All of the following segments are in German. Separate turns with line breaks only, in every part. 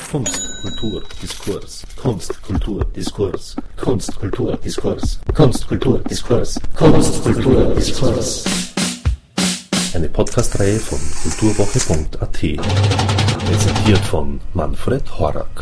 Kunst, Kultur, Diskurs. Kunst, Kultur, Diskurs. Kunst, Kultur, Diskurs. Kunst, Kultur, Diskurs. Kunst, Kultur, Diskurs. Eine Podcast-Reihe von kulturwoche.at. Präsentiert von Manfred Horak.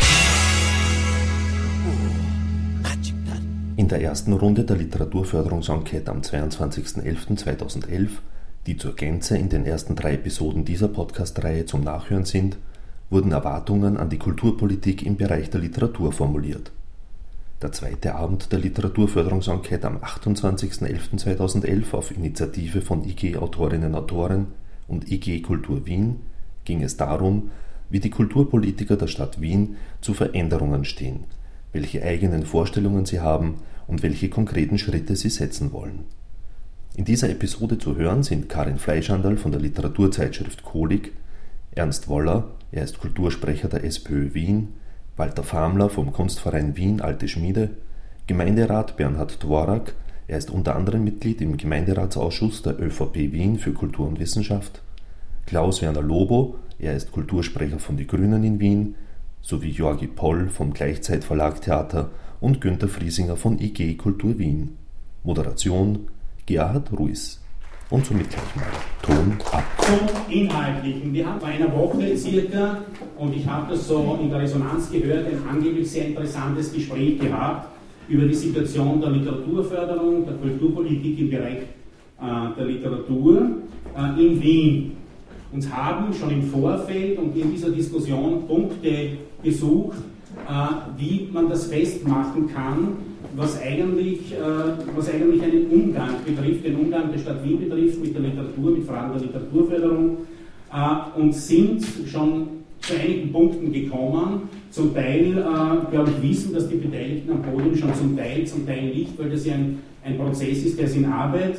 In der ersten Runde der Literaturförderungsenquete am 22.11.2011, die zur Gänze in den ersten 3 Episoden dieser Podcast-Reihe zum Nachhören sind, wurden Erwartungen an die Kulturpolitik im Bereich der Literatur formuliert. Der zweite Abend der Literaturförderungsenquete am 28.11.2011 auf Initiative von IG Autorinnen und Autoren und IG Kultur Wien ging es darum, wie die Kulturpolitiker der Stadt Wien zu Veränderungen stehen, welche eigenen Vorstellungen sie haben und welche konkreten Schritte sie setzen wollen. In dieser Episode zu hören sind Karin Fleischandl von der Literaturzeitschrift Kolik, Ernst Woller, er ist Kultursprecher der SPÖ Wien, Walter Famler vom Kunstverein Wien Alte Schmiede, Gemeinderat Bernhard Dworak, er ist unter anderem Mitglied im Gemeinderatsausschuss der ÖVP Wien für Kultur und Wissenschaft, Klaus-Werner Lobo, er ist Kultursprecher von Die Grünen in Wien, sowie Georgi Poll vom Gleichzeit-Verlag Theater und Günter Friesinger von IG Kultur Wien. Moderation Gerhard Ruiz. Und somit gleich mal Ton ab.
Zum Inhaltlichen. Wir haben vor einer Woche circa, und ich habe das so in der Resonanz gehört, ein angeblich sehr interessantes Gespräch gehabt über die Situation der Literaturförderung, der Kulturpolitik im Bereich der Literatur in Wien. Uns haben schon im Vorfeld und in dieser Diskussion Punkte gesucht, wie man das festmachen kann, was eigentlich einen Umgang betrifft, den Umgang der Stadt Wien betrifft mit der Literatur, mit Fragen der Literaturförderung, und sind schon zu einigen Punkten gekommen. Zum Teil, glaube ich, wissen das die Beteiligten am Podium schon zum Teil nicht, weil das ja ein Prozess ist, der ist in Arbeit.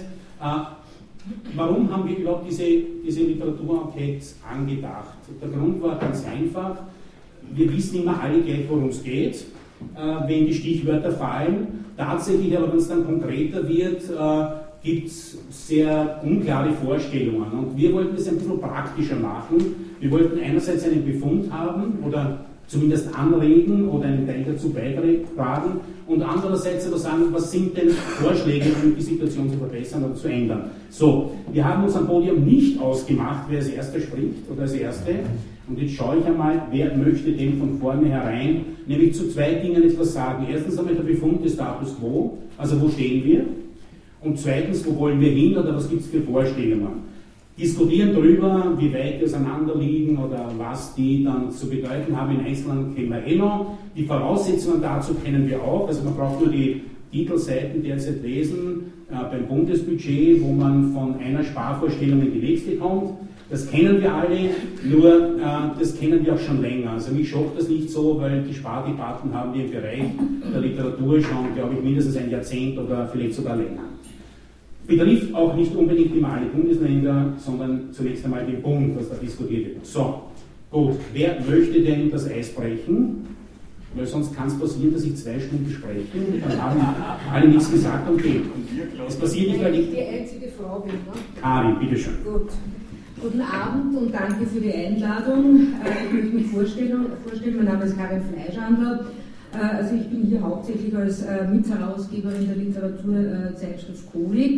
Warum haben wir überhaupt diese Literaturenquete angedacht? Der Grund war ganz einfach. Wir wissen immer alle gleich, worum es geht, wenn die Stichwörter fallen. Tatsächlich aber, wenn es dann konkreter wird, gibt es sehr unklare Vorstellungen. Und wir wollten es ein bisschen praktischer machen. Wir wollten einerseits einen Befund haben oder zumindest anregen oder einen Teil dazu beitragen und andererseits aber sagen, was sind denn Vorschläge, um die Situation zu verbessern oder zu ändern. So, wir haben uns am Podium nicht ausgemacht, wer als Erster spricht oder als Erste. Und jetzt schaue ich einmal, wer möchte denn von vornherein, nämlich zu 2 Dingen etwas sagen. Erstens einmal der Befund des Status Quo, also wo stehen wir? Und zweitens, wo wollen wir hin oder was gibt es für Vorstellungen? Diskutieren darüber, wie weit wir auseinander liegen oder was die dann zu bedeuten haben. In Einzelnen kennen wir noch. Die Voraussetzungen dazu kennen wir auch. Also man braucht nur die Titelseiten derzeit lesen beim Bundesbudget, wo man von einer Sparvorstellung in die nächste kommt. Das kennen wir alle, nur das kennen wir auch schon länger. Also mich schockt das nicht so, weil die Spardebatten haben wir im Bereich der Literatur schon, glaube ich, mindestens ein Jahrzehnt oder vielleicht sogar länger. Betrifft auch nicht unbedingt immer alle Bundesländer, sondern zunächst einmal den Bund, was da diskutiert wird. So, gut, wer möchte denn das Eis brechen? Weil sonst kann es passieren, dass ich 2 Stunden spreche und dann haben alle nichts gesagt und gehen. Es passiert nicht, weil ich...
Die einzige Frau bin, ne?
Karin, bitteschön.
Gut. Guten Abend und danke für die Einladung. Ich möchte mich vorstellen. Mein Name ist Karin Fleischandl. Also ich bin hier hauptsächlich als Mitherausgeberin der Literaturzeitschrift Kolik.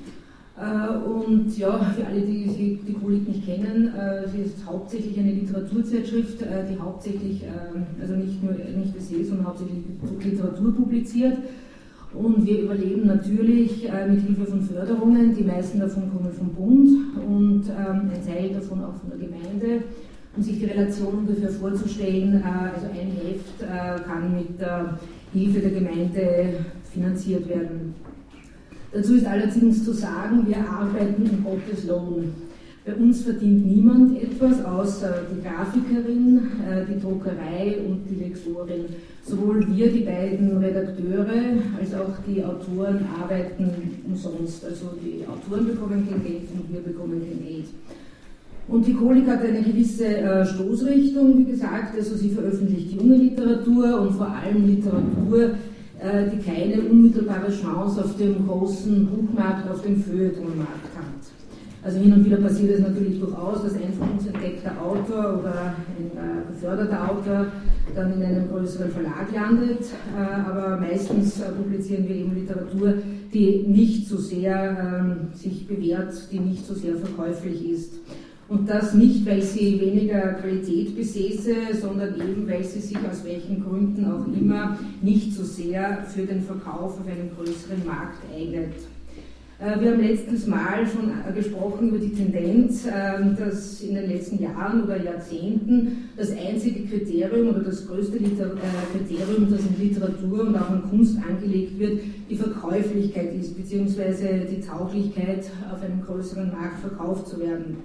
Und ja, für alle, die Kolik nicht kennen, sie ist hauptsächlich eine Literaturzeitschrift, die hauptsächlich, also nicht Essays, sondern hauptsächlich Literatur publiziert. Und wir überleben natürlich mit Hilfe von Förderungen, die meisten davon kommen vom Bund und ein Teil davon auch von der Gemeinde. Um sich die Relation ungefähr vorzustellen, also ein Heft kann mit der Hilfe der Gemeinde finanziert werden. Dazu ist allerdings zu sagen, wir arbeiten in Gottes Lohn. Bei uns verdient niemand etwas, außer die Grafikerin, die Druckerei und die Lektorin. Sowohl wir, die beiden Redakteure, als auch die Autoren arbeiten umsonst. Also die Autoren bekommen kein Geld und wir bekommen kein Geld. Und die Kolik hat eine gewisse Stoßrichtung, wie gesagt, also sie veröffentlicht junge Literatur und vor allem Literatur, die keine unmittelbare Chance auf dem großen Buchmarkt, auf dem Feuilletonmarkt hat. Also hin und wieder passiert es natürlich durchaus, dass ein von uns entdeckter Autor oder ein geförderter Autor dann in einem größeren Verlag landet, aber meistens publizieren wir eben Literatur, die nicht so sehr sich bewährt, die nicht so sehr verkäuflich ist. Und das nicht, weil sie weniger Qualität besäße, sondern eben, weil sie sich aus welchen Gründen auch immer nicht so sehr für den Verkauf auf einem größeren Markt eignet. Wir haben letztes Mal schon gesprochen über die Tendenz, dass in den letzten Jahren oder Jahrzehnten das einzige Kriterium oder das größte Kriterium, das in Literatur und auch in Kunst angelegt wird, die Verkäuflichkeit ist, beziehungsweise die Tauglichkeit, auf einem größeren Markt verkauft zu werden.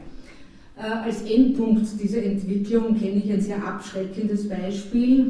Als Endpunkt dieser Entwicklung kenne ich ein sehr abschreckendes Beispiel.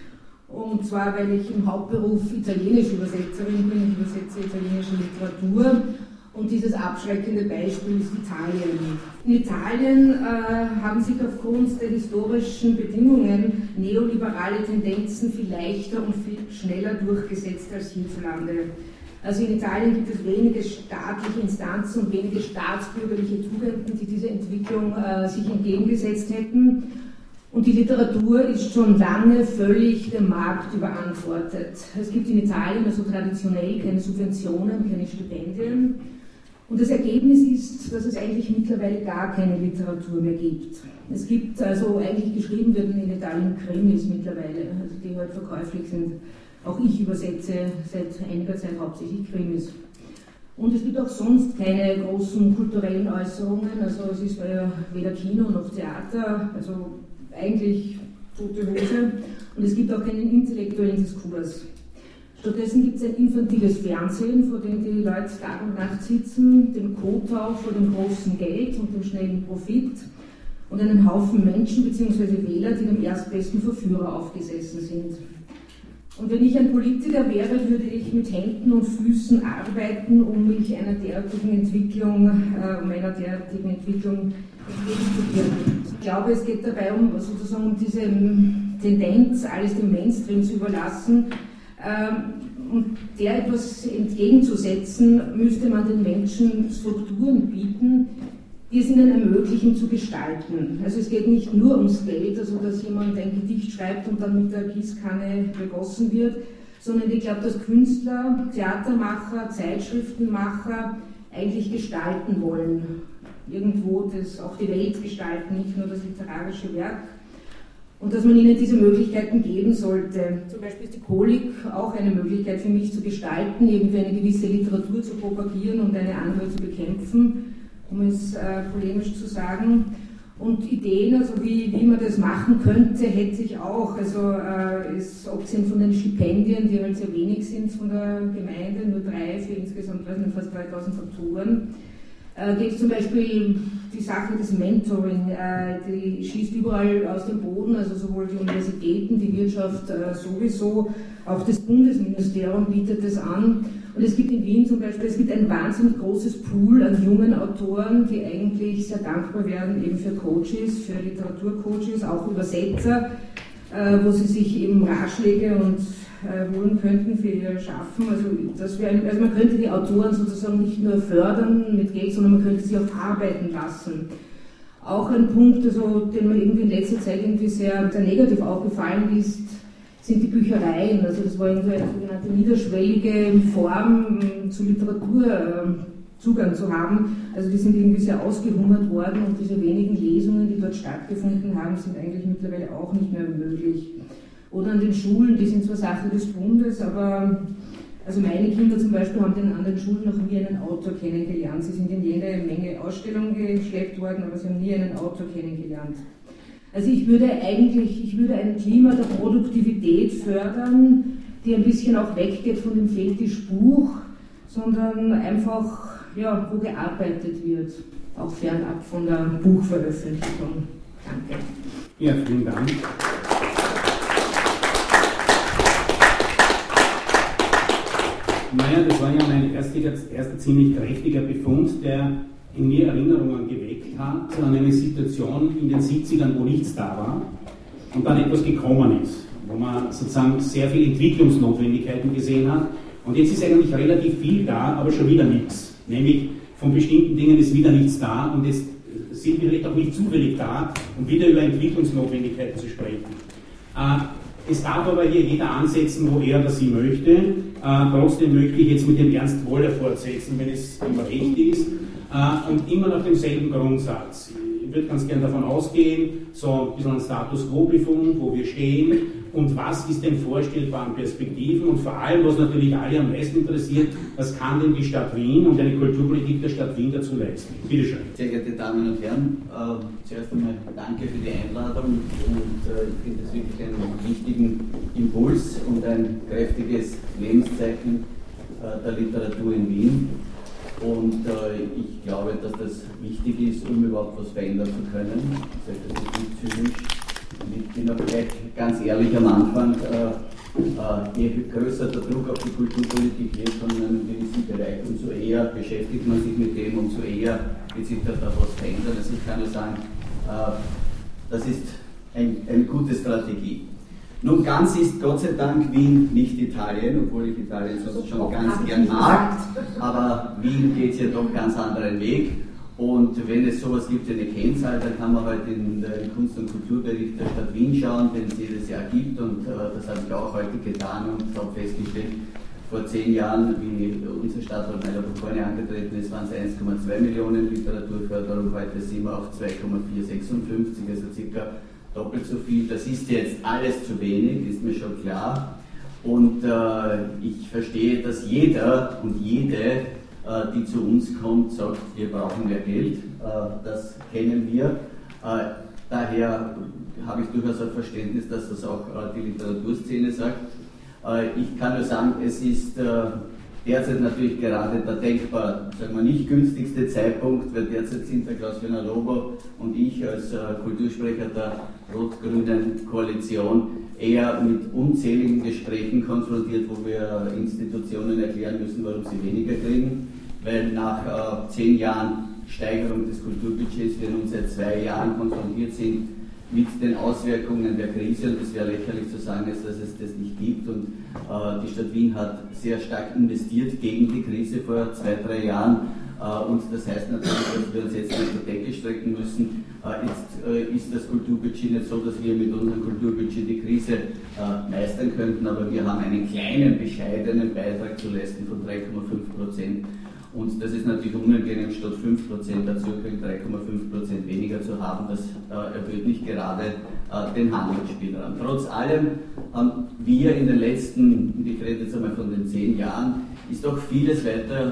Und zwar, weil ich im Hauptberuf italienische Übersetzerin bin, ich übersetze italienische Literatur. Und dieses abschreckende Beispiel ist Italien. In Italien haben sich aufgrund der historischen Bedingungen neoliberale Tendenzen viel leichter und viel schneller durchgesetzt als hierzulande. Also in Italien gibt es wenige staatliche Instanzen und wenige staatsbürgerliche Tugenden, die diese Entwicklung sich entgegengesetzt hätten. Und die Literatur ist schon lange völlig dem Markt überantwortet. Es gibt in Italien also traditionell keine Subventionen, keine Stipendien. Und das Ergebnis ist, dass es eigentlich mittlerweile gar keine Literatur mehr gibt. Es gibt also eigentlich geschrieben werden in Italien Krimis mittlerweile, also die heute verkäuflich sind. Auch ich übersetze seit einiger Zeit hauptsächlich Krimis. Und es gibt auch sonst keine großen kulturellen Äußerungen, also es ist weder Kino noch Theater, also eigentlich tote Hose. Und es gibt auch keinen intellektuellen Diskurs. Stattdessen gibt es ein infantiles Fernsehen, vor dem die Leute Tag und Nacht sitzen, den Kotau vor dem großen Geld und dem schnellen Profit und einen Haufen Menschen bzw. Wähler, die dem erstbesten Verführer aufgesessen sind. Und wenn ich ein Politiker wäre, würde ich mit Händen und Füßen arbeiten, um mich einer derartigen Entwicklung entgegenzuwirken. Ich glaube, es geht dabei um diese Tendenz, alles dem Mainstream zu überlassen. Und der etwas entgegenzusetzen, müsste man den Menschen Strukturen bieten, die es ihnen ermöglichen zu gestalten. Also es geht nicht nur ums Geld, also dass jemand ein Gedicht schreibt und dann mit der Gießkanne begossen wird, sondern ich glaube, dass Künstler, Theatermacher, Zeitschriftenmacher eigentlich gestalten wollen. Irgendwo auch die Welt gestalten, nicht nur das literarische Werk. Und dass man ihnen diese Möglichkeiten geben sollte. Zum Beispiel ist die Kolik auch eine Möglichkeit für mich zu gestalten, irgendwie eine gewisse Literatur zu propagieren und eine andere zu bekämpfen, um es polemisch zu sagen. Und Ideen, also wie man das machen könnte, hätte ich auch. Also abgesehen von den Stipendien, die halt sehr wenig sind von der Gemeinde, nur 3 für insgesamt fast 3000 Faktoren, geht es zum Beispiel die Sache des Mentoring, die schießt überall aus dem Boden, also sowohl die Universitäten, die Wirtschaft sowieso, auch das Bundesministerium bietet das an. Und es gibt in Wien zum Beispiel, es gibt ein wahnsinnig großes Pool an jungen Autoren, die eigentlich sehr dankbar werden eben für Coaches, für Literaturcoaches, auch Übersetzer, wo sie sich eben Ratschläge und holen könnten für ihr Schaffen. Also man könnte die Autoren sozusagen nicht nur fördern mit Geld, sondern man könnte sie auch arbeiten lassen. Auch ein Punkt, also, den mir irgendwie in letzter Zeit irgendwie sehr, sehr negativ aufgefallen ist, sind die Büchereien. Also das war irgendwie eine sogenannte niederschwellige Form, zu Literatur Zugang zu haben. Also die sind irgendwie sehr ausgehungert worden und diese wenigen Lesungen, die dort stattgefunden haben, sind eigentlich mittlerweile auch nicht mehr möglich. Oder an den Schulen, die sind zwar Sache des Bundes, aber also meine Kinder zum Beispiel haben an den Schulen noch nie einen Autor kennengelernt. Sie sind in jede Menge Ausstellungen geschleppt worden, aber sie haben nie einen Autor kennengelernt. Also ich würde ein Klima der Produktivität fördern, die ein bisschen auch weggeht von dem Fetischbuch, sondern einfach, ja, wo gearbeitet wird, auch fernab von der Buchveröffentlichung. Danke.
Ja, vielen Dank. Naja, das war ja mein erster ziemlich kräftiger Befund, der in mir Erinnerungen geweckt hat an eine Situation in den 70ern, wo nichts da war und dann etwas gekommen ist, wo man sozusagen sehr viele Entwicklungsnotwendigkeiten gesehen hat und jetzt ist eigentlich relativ viel da, aber schon wieder nichts, nämlich von bestimmten Dingen ist wieder nichts da und es sind vielleicht auch nicht zufällig da, um wieder über Entwicklungsnotwendigkeiten zu sprechen. Es darf aber hier jeder ansetzen, wo er oder sie möchte. Trotzdem möchte ich jetzt mit dem Ernst Woller fortsetzen, wenn es immer recht ist, und immer nach demselben Grundsatz. Ich würde ganz gerne davon ausgehen, so ein bisschen ein Status Quo-Befund, wo wir stehen und was ist den vorstellbaren Perspektiven und vor allem, was natürlich alle am meisten interessiert, was kann denn die Stadt Wien und eine Kulturpolitik der Stadt Wien dazu leisten? Bitte schön.
Sehr geehrte Damen und Herren, zuerst einmal danke für die Einladung und ich finde es wirklich einen wichtigen Impuls und ein kräftiges Lebenszeichen der Literatur in Wien. Und ich glaube, dass das wichtig ist, um überhaupt was verändern zu können. Das ist nicht zynisch. Und ich bin auch gleich ganz ehrlich am Anfang, je größer der Druck auf die Kulturpolitik wird von einem gewissen Bereich, umso eher beschäftigt man sich mit dem, umso eher wird sich da was verändern. Also ich kann nur sagen, das ist eine gute Strategie. Nun, ganz ist Gott sei Dank Wien nicht Italien, obwohl ich Italien sonst schon ganz gern mag, aber Wien geht ja doch einen ganz anderen Weg. Und wenn es sowas gibt wie eine Kennzahl, dann kann man halt in den Kunst- und Kulturbericht der Stadt Wien schauen, den es jedes Jahr gibt, und das habe ich auch heute getan und habe festgestellt, vor 10 Jahren, wie unser Stadtrat Meiler von vorne angetreten ist, waren es 1,2 Millionen Literaturförderung, heute sind wir auf 2,456, also circa doppelt so viel. Das ist jetzt alles zu wenig, ist mir schon klar. Und ich verstehe, dass jeder und jede, die zu uns kommt, sagt, wir brauchen mehr Geld. Das kennen wir. Daher habe ich durchaus ein Verständnis, dass das auch die Literaturszene sagt. Ich kann nur sagen, es ist derzeit natürlich gerade der denkbar, sagen wir, nicht günstigste Zeitpunkt, weil derzeit sind der Klaus-Werner Lobo und ich als Kultursprecher der rot-grünen Koalition eher mit unzähligen Gesprächen konfrontiert, wo wir Institutionen erklären müssen, warum sie weniger kriegen, weil nach 10 Jahren Steigerung des Kulturbudgets wir nun seit 2 Jahren konfrontiert sind mit den Auswirkungen der Krise, und es wäre lächerlich zu sagen, dass es das nicht gibt. Und die Stadt Wien hat sehr stark investiert gegen die Krise vor 2-3 Jahren. Und das heißt natürlich, dass wir uns jetzt auf die Decke strecken müssen. Jetzt ist das Kulturbudget nicht so, dass wir mit unserem Kulturbudget die Krise meistern könnten, aber wir haben einen kleinen, bescheidenen Beitrag zu leisten von 3,5%. Und das ist natürlich unangenehm, statt 5% dazu 3,5% weniger zu haben. Das erhöht nicht gerade den Handlungsspielraum. Trotz allem haben wir in den letzten, und ich rede jetzt einmal von den 10 Jahren, ist doch vieles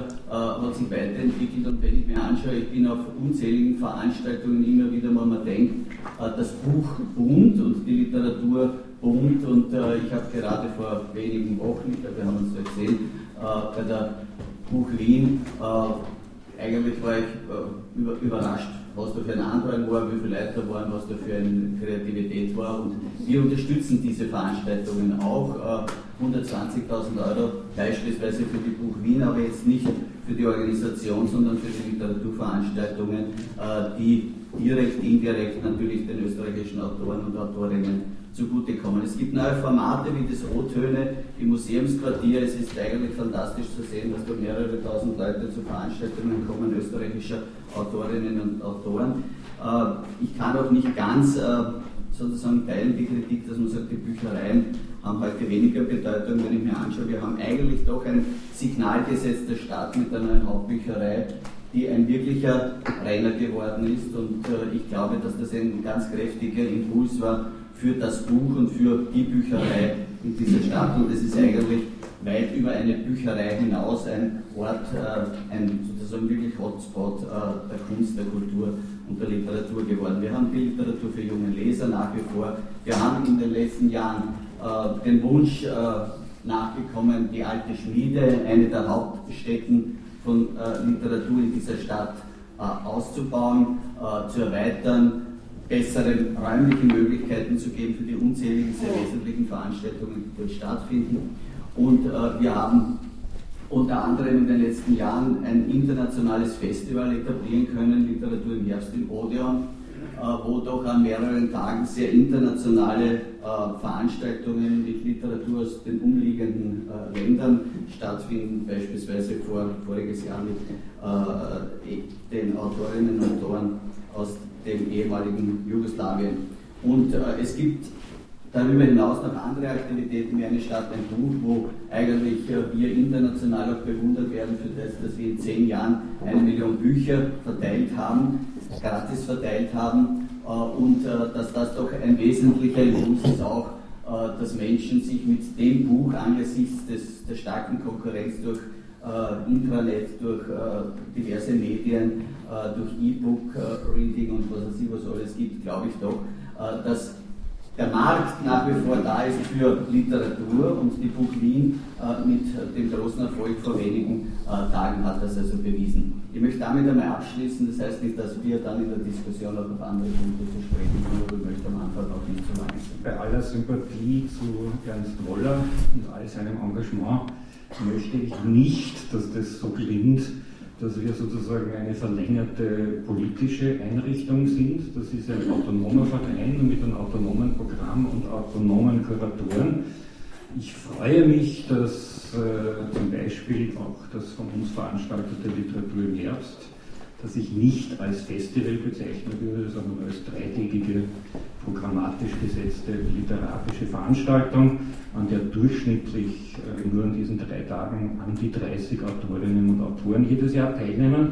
hat sich weiterentwickelt. Und wenn ich mir anschaue, ich bin auf unzähligen Veranstaltungen immer wieder mal, man denkt, das Buch boomt und die Literatur boomt. Und ich habe gerade vor wenigen Wochen, ich glaube, wir haben uns da gesehen, bei der Buch Wien, eigentlich war ich überrascht, was da für ein Andrang war, wie viele Leute da waren, was da für eine Kreativität war. Und wir unterstützen diese Veranstaltungen auch. 120.000 € beispielsweise für die Buch Wien, aber jetzt nicht für die Organisation, sondern für die Literaturveranstaltungen, die direkt, indirekt natürlich den österreichischen Autoren und Autorinnen zugutekommen. Es gibt neue Formate wie das O-Töne im Museumsquartier. Es ist eigentlich fantastisch zu sehen, dass da mehrere tausend Leute zu Veranstaltungen kommen, österreichischer Autorinnen und Autoren. Ich kann auch nicht ganz sozusagen teilen die Kritik, dass man sagt, die Büchereien haben heute weniger Bedeutung. Wenn ich mir anschaue, wir haben eigentlich doch ein Signal gesetzt der Stadt mit der neuen Hauptbücherei, die ein wirklicher Renner geworden ist, und ich glaube, dass das ein ganz kräftiger Impuls war für das Buch und für die Bücherei in dieser Stadt, und es ist eigentlich weit über eine Bücherei hinaus ein Ort, ein sozusagen wirklich Hotspot der Kunst, der Kultur und der Literatur geworden. Wir haben die Literatur für junge Leser nach wie vor. Wir haben in den letzten Jahren den Wunsch nachgekommen, die alte Schmiede, eine der Hauptstätten von Literatur in dieser Stadt auszubauen, zu erweitern, bessere räumliche Möglichkeiten zu geben für die unzähligen, sehr wesentlichen Veranstaltungen, die dort stattfinden. Und wir haben unter anderem in den letzten Jahren ein internationales Festival etablieren können, Literatur im Herbst im Odeon, wo doch an mehreren Tagen sehr internationale Veranstaltungen mit Literatur aus den umliegenden Ländern stattfinden, beispielsweise voriges Jahr mit den Autorinnen und Autoren aus dem ehemaligen Jugoslawien. Und es gibt darüber hinaus noch andere Aktivitäten wie eine Stadt, ein Buch, wo eigentlich wir international auch bewundert werden für das, dass wir in 10 Jahren 1 Million Bücher verteilt haben, gratis verteilt haben und dass das doch ein wesentlicher Impuls ist auch, dass Menschen sich mit dem Buch angesichts der starken Konkurrenz durch Intranet, durch diverse Medien, durch E-Book-Reading und was weiß ich, was alles gibt, glaube ich doch, dass der Markt nach wie vor da ist für Literatur und die Buch Wien mit dem großen Erfolg vor wenigen Tagen hat das also bewiesen. Ich möchte damit einmal abschließen, das heißt nicht, dass wir dann in der Diskussion auch auf andere Punkte zu sprechen kommen, aber ich möchte am Anfang auch nicht zu lang sein.
Bei aller Sympathie zu Ernst Woller und all seinem Engagement möchte ich nicht, dass das so klingt, dass wir sozusagen eine verlängerte politische Einrichtung sind. Das ist ein autonomer Verein mit einem autonomen Programm und autonomen Kuratoren. Ich freue mich, dass zum Beispiel auch das von uns veranstaltete Literatur im Herbst, das ich nicht als Festival bezeichnen würde, sondern als 3-tägige programmatisch gesetzte literarische Veranstaltung, an der durchschnittlich nur an diesen 3 Tagen an die 30 Autorinnen und Autoren jedes Jahr teilnehmen.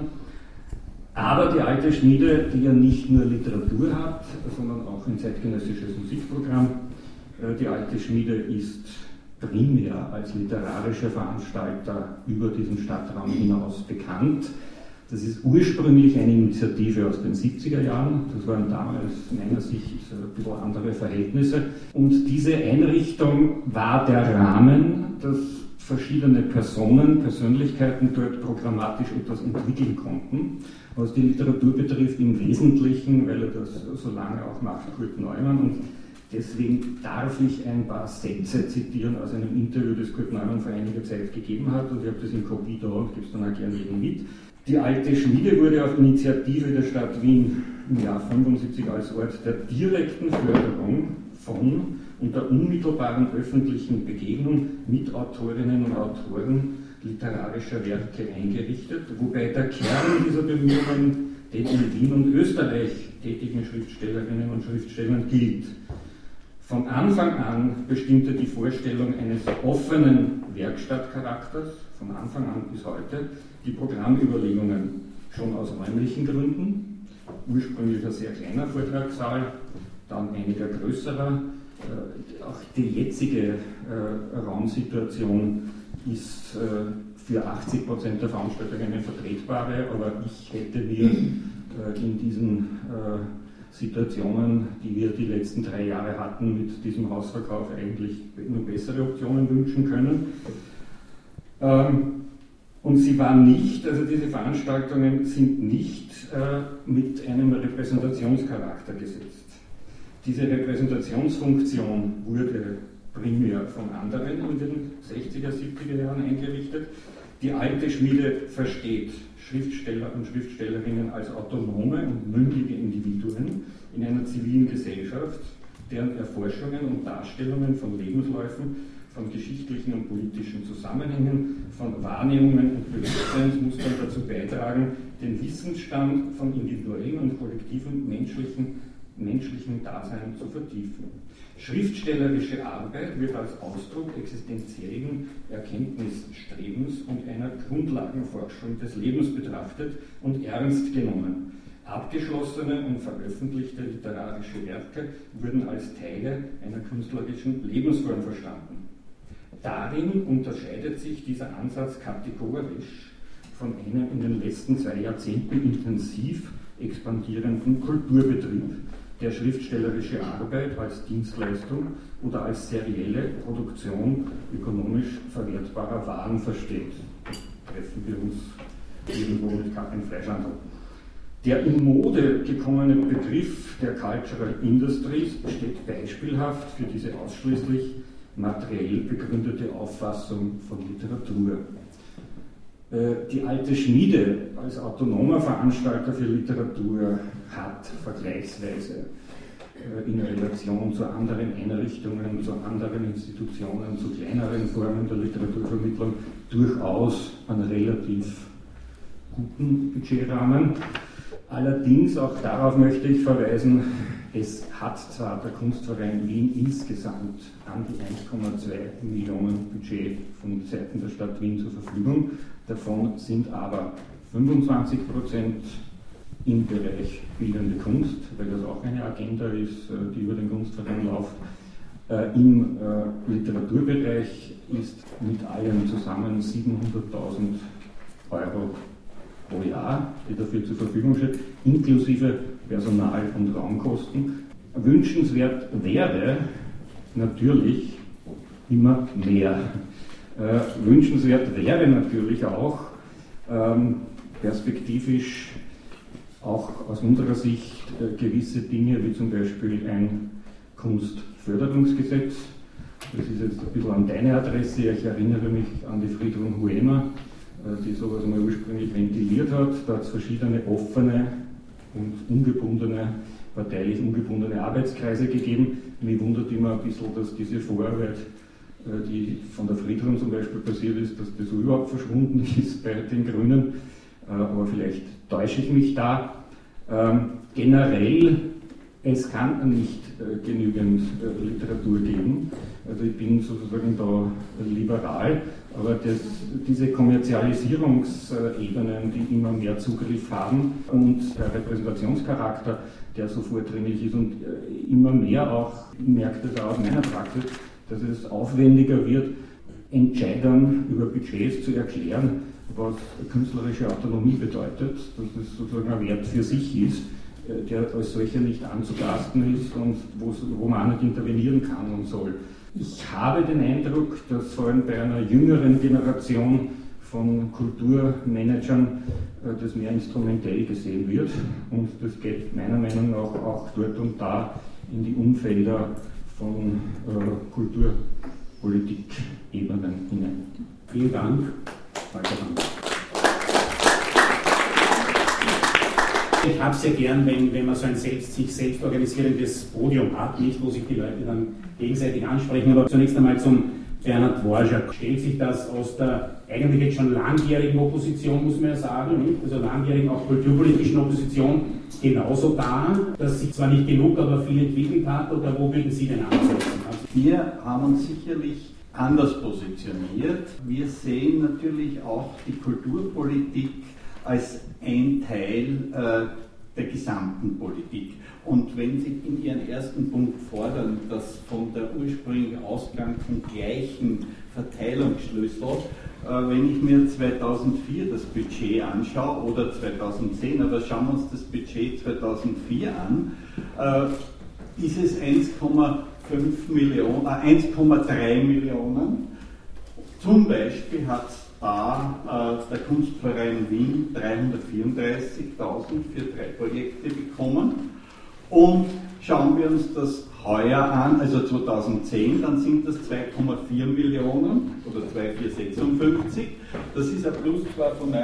Aber die Alte Schmiede, die ja nicht nur Literatur hat, sondern auch ein zeitgenössisches Musikprogramm, die Alte Schmiede ist primär als literarischer Veranstalter über diesen Stadtraum hinaus bekannt. Das ist ursprünglich eine Initiative aus den 70er Jahren. Das waren damals aus meiner Sicht ein bisschen andere Verhältnisse. Und diese Einrichtung war der Rahmen, dass verschiedene Personen, Persönlichkeiten dort programmatisch etwas entwickeln konnten. Was die Literatur betrifft, im Wesentlichen, weil er das so lange auch macht, Kurt Neumann. Und deswegen darf ich ein paar Sätze zitieren aus einem Interview, das Kurt Neumann vor einiger Zeit gegeben hat. Und ich habe das in Kopie da und gebe es dann auch gerne jedem mit. Die Alte Schmiede wurde auf Initiative der Stadt Wien im Jahr 1975 als Ort der direkten Förderung von und der unmittelbaren öffentlichen Begegnung mit Autorinnen und Autoren literarischer Werke eingerichtet, wobei der Kern dieser Bemühungen den in Wien und Österreich tätigen Schriftstellerinnen und Schriftstellern gilt. Von Anfang an bestimmte die Vorstellung eines offenen Werkstattcharakters, von Anfang an bis heute, die Programmüberlegungen schon aus räumlichen Gründen, ursprünglich ein sehr kleiner Vortragssaal, dann einiger größerer. Auch die jetzige Raumsituation ist für 80% der Veranstaltungen vertretbare, aber ich hätte mir in diesen Situationen, die wir die letzten 3 Jahre hatten, mit diesem Hausverkauf eigentlich nur bessere Optionen wünschen können. Und sie waren nicht, also diese Veranstaltungen sind nicht mit einem Repräsentationscharakter gesetzt. Diese Repräsentationsfunktion wurde primär von anderen in den 60er, 70er Jahren eingerichtet. Die Alte Schmiede versteht Schriftsteller und Schriftstellerinnen als autonome und mündige Individuen in einer zivilen Gesellschaft, deren Erforschungen und Darstellungen von Lebensläufen, von geschichtlichen und politischen Zusammenhängen, von Wahrnehmungen und Bewusstseinsmustern dazu beitragen, den Wissensstand von individuellen und kollektiven menschlichen Dasein zu vertiefen. Schriftstellerische Arbeit wird als Ausdruck existenziellen Erkenntnisstrebens und einer Grundlagenforschung des Lebens betrachtet und ernst genommen. Abgeschlossene und veröffentlichte literarische Werke wurden als Teile einer künstlerischen Lebensform verstanden. Darin unterscheidet sich dieser Ansatz kategorisch von einem in den letzten 2 Jahrzehnten intensiv expandierenden Kulturbetrieb, der schriftstellerische Arbeit als Dienstleistung oder als serielle Produktion ökonomisch verwertbarer Waren versteht. Treffen wir uns irgendwo mit Kaffee- und Fleischhandel. Der in Mode gekommene Begriff der Cultural Industries steht beispielhaft für diese ausschließlich materiell begründete Auffassung von Literatur. die alte Schmiede als autonomer Veranstalter für Literatur hat vergleichsweise in Relation zu anderen Einrichtungen, zu anderen Institutionen, zu kleineren Formen der Literaturvermittlung durchaus einen relativ guten Budgetrahmen. Allerdings, auch darauf möchte ich verweisen, es hat zwar der Kunstverein Wien insgesamt an die 1,2 Millionen Budget von Seiten der Stadt Wien zur Verfügung, davon sind aber 25% im Bereich bildende Kunst, weil das auch eine Agenda ist, die über den Kunstverein läuft. Im Literaturbereich ist mit allem zusammen 700.000 Euro pro Jahr, die dafür zur Verfügung steht, inklusive Personal- und Raumkosten. Wünschenswert wäre natürlich immer mehr. Wünschenswert wäre natürlich auch perspektivisch auch aus unserer Sicht gewisse Dinge, wie zum Beispiel ein Kunstförderungsgesetz. Das ist jetzt ein bisschen an deine Adresse. Ich erinnere mich an die Friedrun Huemer, die sowas mal ursprünglich ventiliert hat. Da hat es verschiedene offene und ungebundene, parteilich ungebundene Arbeitskreise gegeben. Mich wundert immer ein bisschen, dass diese Vorarbeit, die von der Friedrun zum Beispiel passiert ist, dass das überhaupt verschwunden ist bei den Grünen. Aber vielleicht täusche ich mich da. Generell, es kann nicht genügend Literatur geben. Also ich bin sozusagen da liberal, aber diese Kommerzialisierungsebenen, die immer mehr Zugriff haben und der Repräsentationscharakter, der so vordringlich ist und immer mehr auch, ich merke das auch aus meiner Praxis, dass es aufwendiger wird, Entscheidern über Budgets zu erklären, was künstlerische Autonomie bedeutet, dass das sozusagen ein Wert für sich ist, der als solcher nicht anzutasten ist und wo man auch nicht intervenieren kann und soll. Ich habe den Eindruck, dass vor allem bei einer jüngeren Generation von Kulturmanagern das mehr instrumentell gesehen wird und das geht meiner Meinung nach auch dort und da in die Umfelder von Kulturpolitik-Ebenen hinein.
Vielen Dank. Ich habe es ja gern, wenn man so ein sich selbst organisierendes Podium hat, nicht, wo sich die Leute dann gegenseitig ansprechen. Aber zunächst einmal zum Bernhard Dvorak. Stellt sich das aus der eigentlich jetzt schon langjährigen Opposition, muss man ja sagen, nicht? Also langjährigen auch kulturpolitischen Opposition genauso dar, dass sich zwar nicht genug, aber viel entwickelt hat, oder wo würden Sie denn ansetzen?
Wir haben uns sicherlich anders positioniert. Wir sehen natürlich auch die Kulturpolitik als ein Teil der gesamten Politik. Und wenn Sie in Ihren ersten Punkt fordern, dass von der ursprünglichen ausgegangenen gleichen Verteilungsschlüssel, wenn ich mir 2004 das Budget anschaue oder 2010, aber schauen wir uns das Budget 2004 an, dieses 1,3 Millionen. Zum Beispiel hat da der Kunstverein Wien 334.000 für 3 Projekte bekommen. Und schauen wir uns das heuer an, also 2010, dann sind das 2,4 Millionen oder 2,456. Das ist ein Plus zwar von 89%,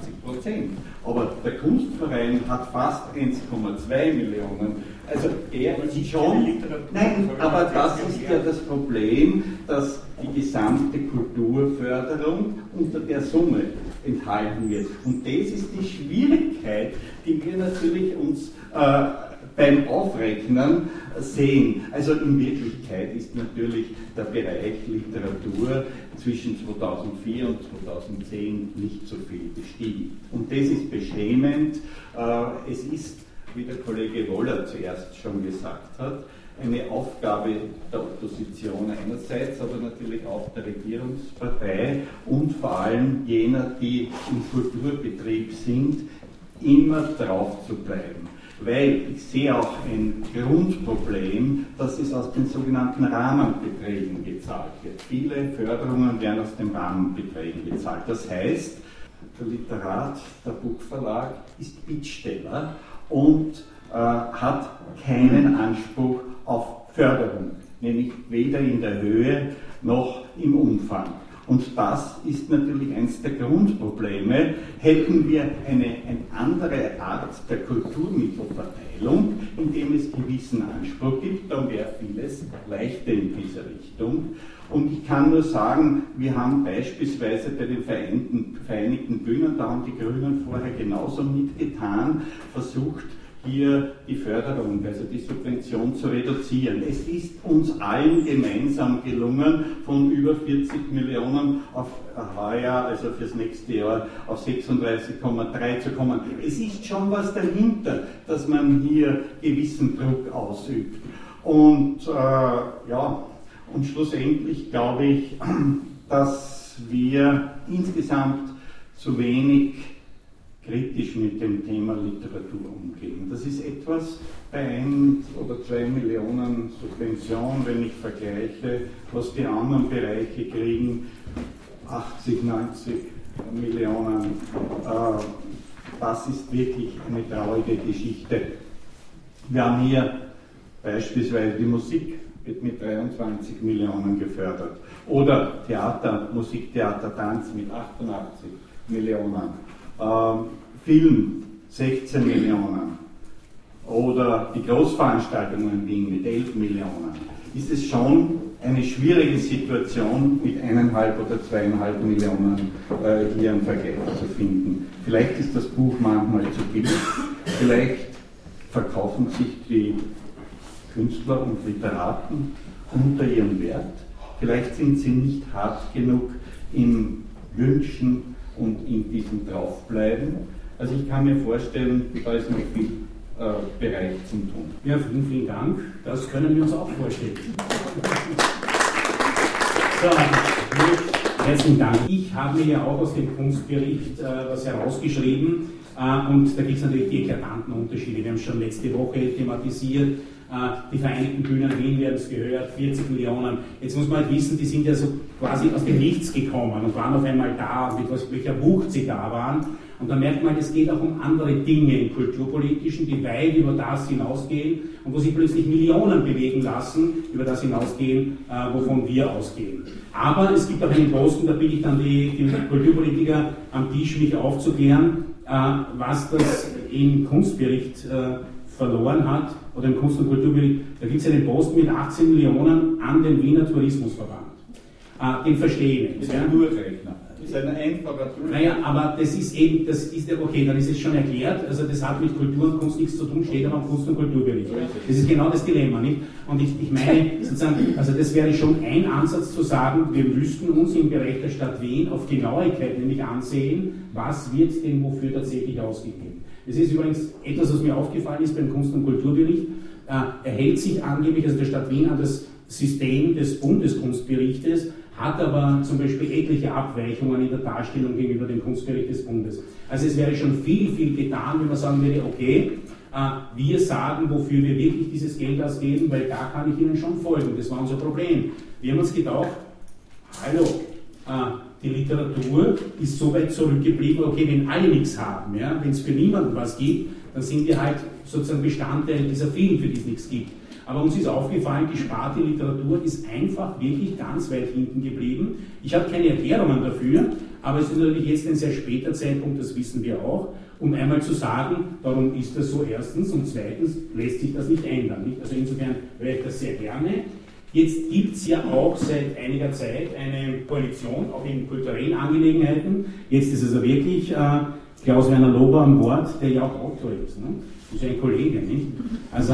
aber der Kunstverein hat fast 1,2 Millionen. Also der ist schon. Nein, aber das ist ja das Problem, dass die gesamte Kulturförderung unter der Summe enthalten wird. Und das ist die Schwierigkeit, die wir natürlich uns beim Aufrechnen sehen. Also in Wirklichkeit ist natürlich der Bereich Literatur zwischen 2004 und 2010 nicht so viel gestiegen. Und das ist beschämend. Es ist, wie der Kollege Woller zuerst schon gesagt hat, eine Aufgabe der Opposition einerseits, aber natürlich auch der Regierungspartei und vor allem jener, die im Kulturbetrieb sind, immer drauf zu bleiben. Weil ich sehe auch ein Grundproblem, dass es aus den sogenannten Rahmenbeträgen gezahlt wird. Viele Förderungen werden aus den Rahmenbeträgen gezahlt. Das heißt, der Literat, der Buchverlag ist Bittsteller und hat keinen Anspruch auf Förderung, nämlich weder in der Höhe noch im Umfang. Und Und das ist natürlich eines der Grundprobleme. Hätten wir eine andere Art der Kulturmittelverteilung, in dem es gewissen Anspruch gibt, dann wäre vieles leichter in dieser Richtung. Und ich kann nur sagen, wir haben beispielsweise bei den Vereinigten Bühnen, da haben die Grünen vorher genauso mitgetan, versucht, hier die Förderung, also die Subvention zu reduzieren. Es ist uns allen gemeinsam gelungen, von über 40 Millionen auf heuer, also fürs nächste Jahr, auf 36,3 zu kommen. Es ist schon was dahinter, dass man hier gewissen Druck ausübt. Und und schlussendlich glaube ich, dass wir insgesamt zu wenig kritisch mit dem Thema Literatur umgehen. Das ist etwas bei 1 oder 2 Millionen Subvention, wenn ich vergleiche, was die anderen Bereiche kriegen, 80, 90 Millionen. Das ist wirklich eine traurige Geschichte. Wir haben hier beispielsweise die Musik, wird mit 23 Millionen gefördert. Oder Theater, Musiktheater, Tanz mit 88 Millionen. Film 16 Millionen. Oder die Großveranstaltungen in Wien mit 11 Millionen. Ist es schon eine schwierige Situation, mit 1,5 oder 2,5 Millionen hier einen Vergleich zu finden. Vielleicht ist das Buch manchmal zu billig. Vielleicht verkaufen sich die Künstler und Literaten unter ihrem Wert. Vielleicht sind sie nicht hart genug im Wünschen und in diesem Draufbleiben. Also ich kann mir vorstellen, da ist noch viel Bereich zum Tun.
Ja, vielen Dank. Das können wir uns auch vorstellen. So, herzlichen Dank. Ich habe mir ja auch aus dem Kunstbericht was herausgeschrieben und da gibt es natürlich die eklatanten Unterschiede. Wir haben es schon letzte Woche thematisiert. Die Vereinigten Bühnen Wien, wir haben es gehört, 40 Millionen. Jetzt muss man halt wissen, die sind ja so quasi aus dem Nichts gekommen und waren auf einmal da, mit welcher Wucht sie da waren. Und dann merkt man, es geht auch um andere Dinge im Kulturpolitischen, die weit über das hinausgehen und wo sich plötzlich Millionen bewegen lassen, über das hinausgehen, wovon wir ausgehen. Aber es gibt auch einen Posten, da bitte ich dann die Kulturpolitiker am Tisch, mich aufzuklären, was das im Kunstbericht verloren hat, oder im Kunst- und Kulturbericht, da gibt es einen Posten mit 18 Millionen an den Wiener Tourismusverband. Den verstehe ich.
Das ist ein Durchrechner. Das ist ein einfacher Durchrechner.
Naja, aber das ist okay, dann ist es schon erklärt, also das hat mit Kultur und Kunst nichts zu tun, steht aber am Kunst- und Kulturbericht. Das ist genau das Dilemma, nicht? Und ich meine, sozusagen, also das wäre schon ein Ansatz zu sagen, wir müssten uns im Bereich der Stadt Wien auf Genauigkeit nämlich ansehen, was wird denn wofür tatsächlich ausgegeben. Das ist übrigens etwas, was mir aufgefallen ist beim Kunst- und Kulturbericht. Er hält sich angeblich, also der Stadt Wien, an das System des Bundeskunstberichtes, hat aber zum Beispiel etliche Abweichungen in der Darstellung gegenüber dem Kunstbericht des Bundes. Also es wäre schon viel, viel getan, wenn man sagen würde, okay, wir sagen, wofür wir wirklich dieses Geld ausgeben, weil da kann ich Ihnen schon folgen. Das war unser Problem. Wir haben uns gedacht, hallo, die Literatur ist so weit zurückgeblieben, okay, wenn alle nichts haben, ja, wenn es für niemanden was gibt, dann sind wir halt sozusagen Bestandteil dieser vielen, für die es nichts gibt. Aber uns ist aufgefallen, die Sparte Literatur ist einfach wirklich ganz weit hinten geblieben. Ich habe keine Erklärungen dafür, aber es ist natürlich jetzt ein sehr später Zeitpunkt, das wissen wir auch, um einmal zu sagen, warum ist das so erstens und zweitens lässt sich das nicht ändern. Nicht? Also insofern höre ich das sehr gerne. Jetzt gibt es ja auch seit einiger Zeit eine Koalition, auch in kulturellen Angelegenheiten. Jetzt ist also wirklich Klaus-Werner Lober an Bord, der ja auch Autor ist. Ne? Das ist ein Kollege, nicht? Also,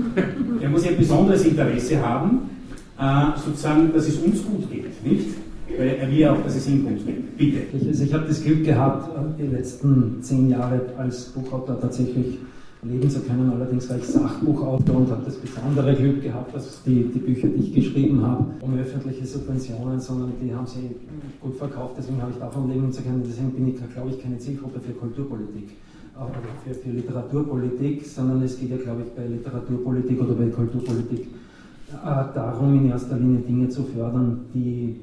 der muss ja ein besonderes Interesse haben, sozusagen, dass es uns gut geht, nicht? Weil er will auch, dass es ihm gut geht. Bitte.
Also ich habe das Glück gehabt, die letzten 10 Jahre als Buchautor tatsächlich leben zu können. Allerdings war ich Sachbuchautor und habe das besondere Glück gehabt, dass die Bücher, die ich geschrieben habe, ohne öffentliche Subventionen, sondern die haben sie gut verkauft, deswegen habe ich davon leben zu können. Deswegen bin ich, glaube ich, keine Zielgruppe für Kulturpolitik, für Literaturpolitik, sondern es geht ja, glaube ich, bei Literaturpolitik oder bei Kulturpolitik darum, in erster Linie Dinge zu fördern, die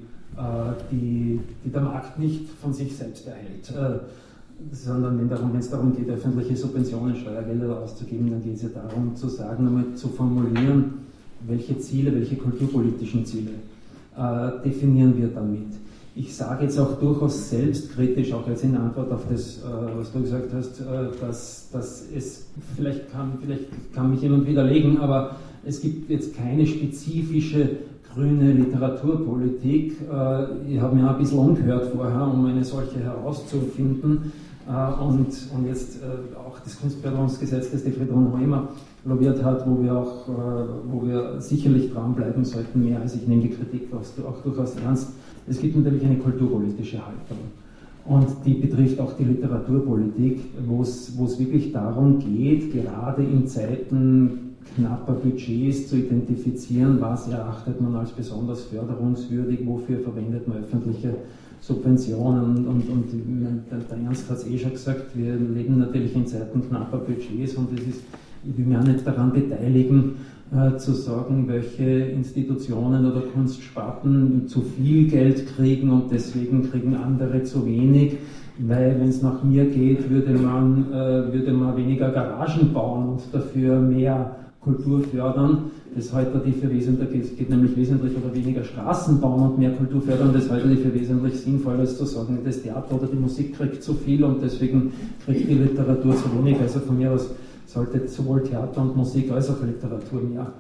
der Markt nicht von sich selbst erhält. Sondern wenn es darum geht, öffentliche Subventionen, Steuergelder auszugeben, dann geht es ja darum zu sagen, einmal zu formulieren, welche Ziele, welche kulturpolitischen Ziele definieren wir damit. Ich sage jetzt auch durchaus selbstkritisch, auch jetzt in Antwort auf das, was du gesagt hast, dass es, vielleicht kann mich jemand widerlegen, aber es gibt jetzt keine spezifische grüne Literaturpolitik. Ich habe mir ein bisschen umgehört vorher, um eine solche herauszufinden. Und jetzt auch das Kunstförderungsgesetz, das die Friedrun Heumer lobbyiert hat, wo wir sicherlich dranbleiben sollten, mehr als ich nehme die Kritik auch durchaus ernst. Es gibt natürlich eine kulturpolitische Haltung und die betrifft auch die Literaturpolitik, wo es wirklich darum geht, gerade in Zeiten knapper Budgets zu identifizieren, was erachtet man als besonders förderungswürdig, wofür verwendet man öffentliche Subventionen und der Ernst hat es schon gesagt, wir leben natürlich in Zeiten knapper Budgets und ich will mich auch nicht daran beteiligen, zu sagen, welche Institutionen oder Kunstsparten zu viel Geld kriegen und deswegen kriegen andere zu wenig, weil wenn es nach mir geht, würde man weniger Garagen bauen und dafür mehr Kultur fördern. Das halte ich für wesentlich, es geht nämlich wesentlich oder weniger Straßen bauen und mehr Kultur fördern, das halte ich für wesentlich sinnvoller, als zu sagen, das Theater oder die Musik kriegt zu viel und deswegen kriegt die Literatur zu wenig. Also von mir aus sollte sowohl Theater und Musik als auch Literatur mehr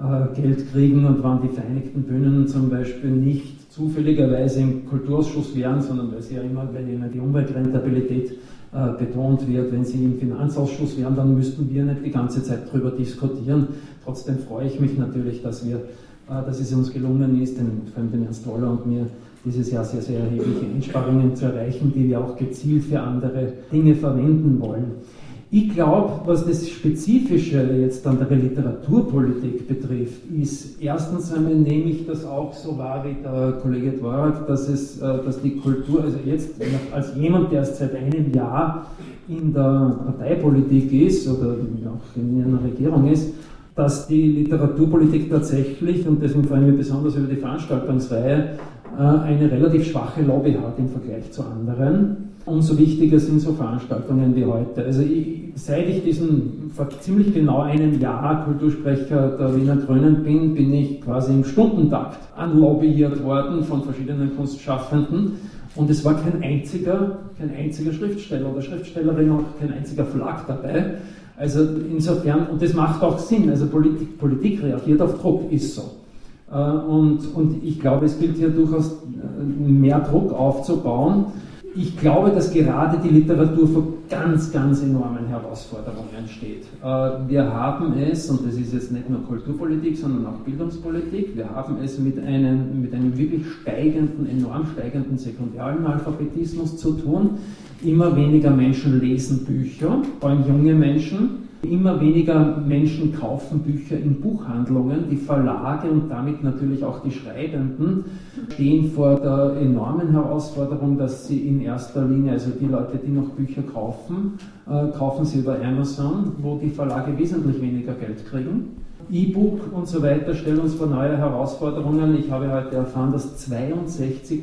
Geld kriegen, und wenn die Vereinigten Bühnen zum Beispiel nicht zufälligerweise im Kulturausschuss wären, sondern weil immer die Umweltrentabilität betont wird, wenn sie im Finanzausschuss wären, dann müssten wir nicht die ganze Zeit darüber diskutieren. Trotzdem freue ich mich natürlich, dass es uns gelungen ist, vor allem den Ernst Woller und mir dieses Jahr sehr, sehr erhebliche Einsparungen zu erreichen, die wir auch gezielt für andere Dinge verwenden wollen. Ich glaube, was das Spezifische jetzt an der Literaturpolitik betrifft, ist erstens einmal, nehme ich das auch so wahr wie der Kollege Dvorak, dass die Kultur, also jetzt als jemand, der erst seit einem Jahr in der Parteipolitik ist oder auch in einer Regierung ist, dass die Literaturpolitik tatsächlich, und deswegen freuen wir besonders über die Veranstaltungsreihe, eine relativ schwache Lobby hat im Vergleich zu anderen. Umso wichtiger sind so Veranstaltungen wie heute. Also seit ich vor ziemlich genau einem Jahr Kultursprecher der Wiener Grünen bin ich quasi im Stundentakt anlobbyiert worden von verschiedenen Kunstschaffenden. Und es war kein einziger Schriftsteller oder Schriftstellerin, auch kein einziger Verlag dabei. Also insofern, und das macht auch Sinn, also Politik reagiert auf Druck, ist so. Und ich glaube, es gilt hier durchaus mehr Druck aufzubauen. Ich glaube, dass gerade die Literatur vor ganz, ganz enormen Herausforderungen steht. Wir haben es, und das ist jetzt nicht nur Kulturpolitik, sondern auch Bildungspolitik, wir haben es mit einem wirklich enorm steigenden Sekundäralphabetismus zu tun. Immer weniger Menschen lesen Bücher, vor allem junge Menschen. Immer weniger Menschen kaufen Bücher in Buchhandlungen. Die Verlage und damit natürlich auch die Schreibenden stehen vor der enormen Herausforderung, dass sie in erster Linie, also die Leute, die noch Bücher kaufen, kaufen sie über Amazon, wo die Verlage wesentlich weniger Geld kriegen. E-Book und so weiter stellen uns vor neue Herausforderungen. Ich habe heute erfahren, dass 62%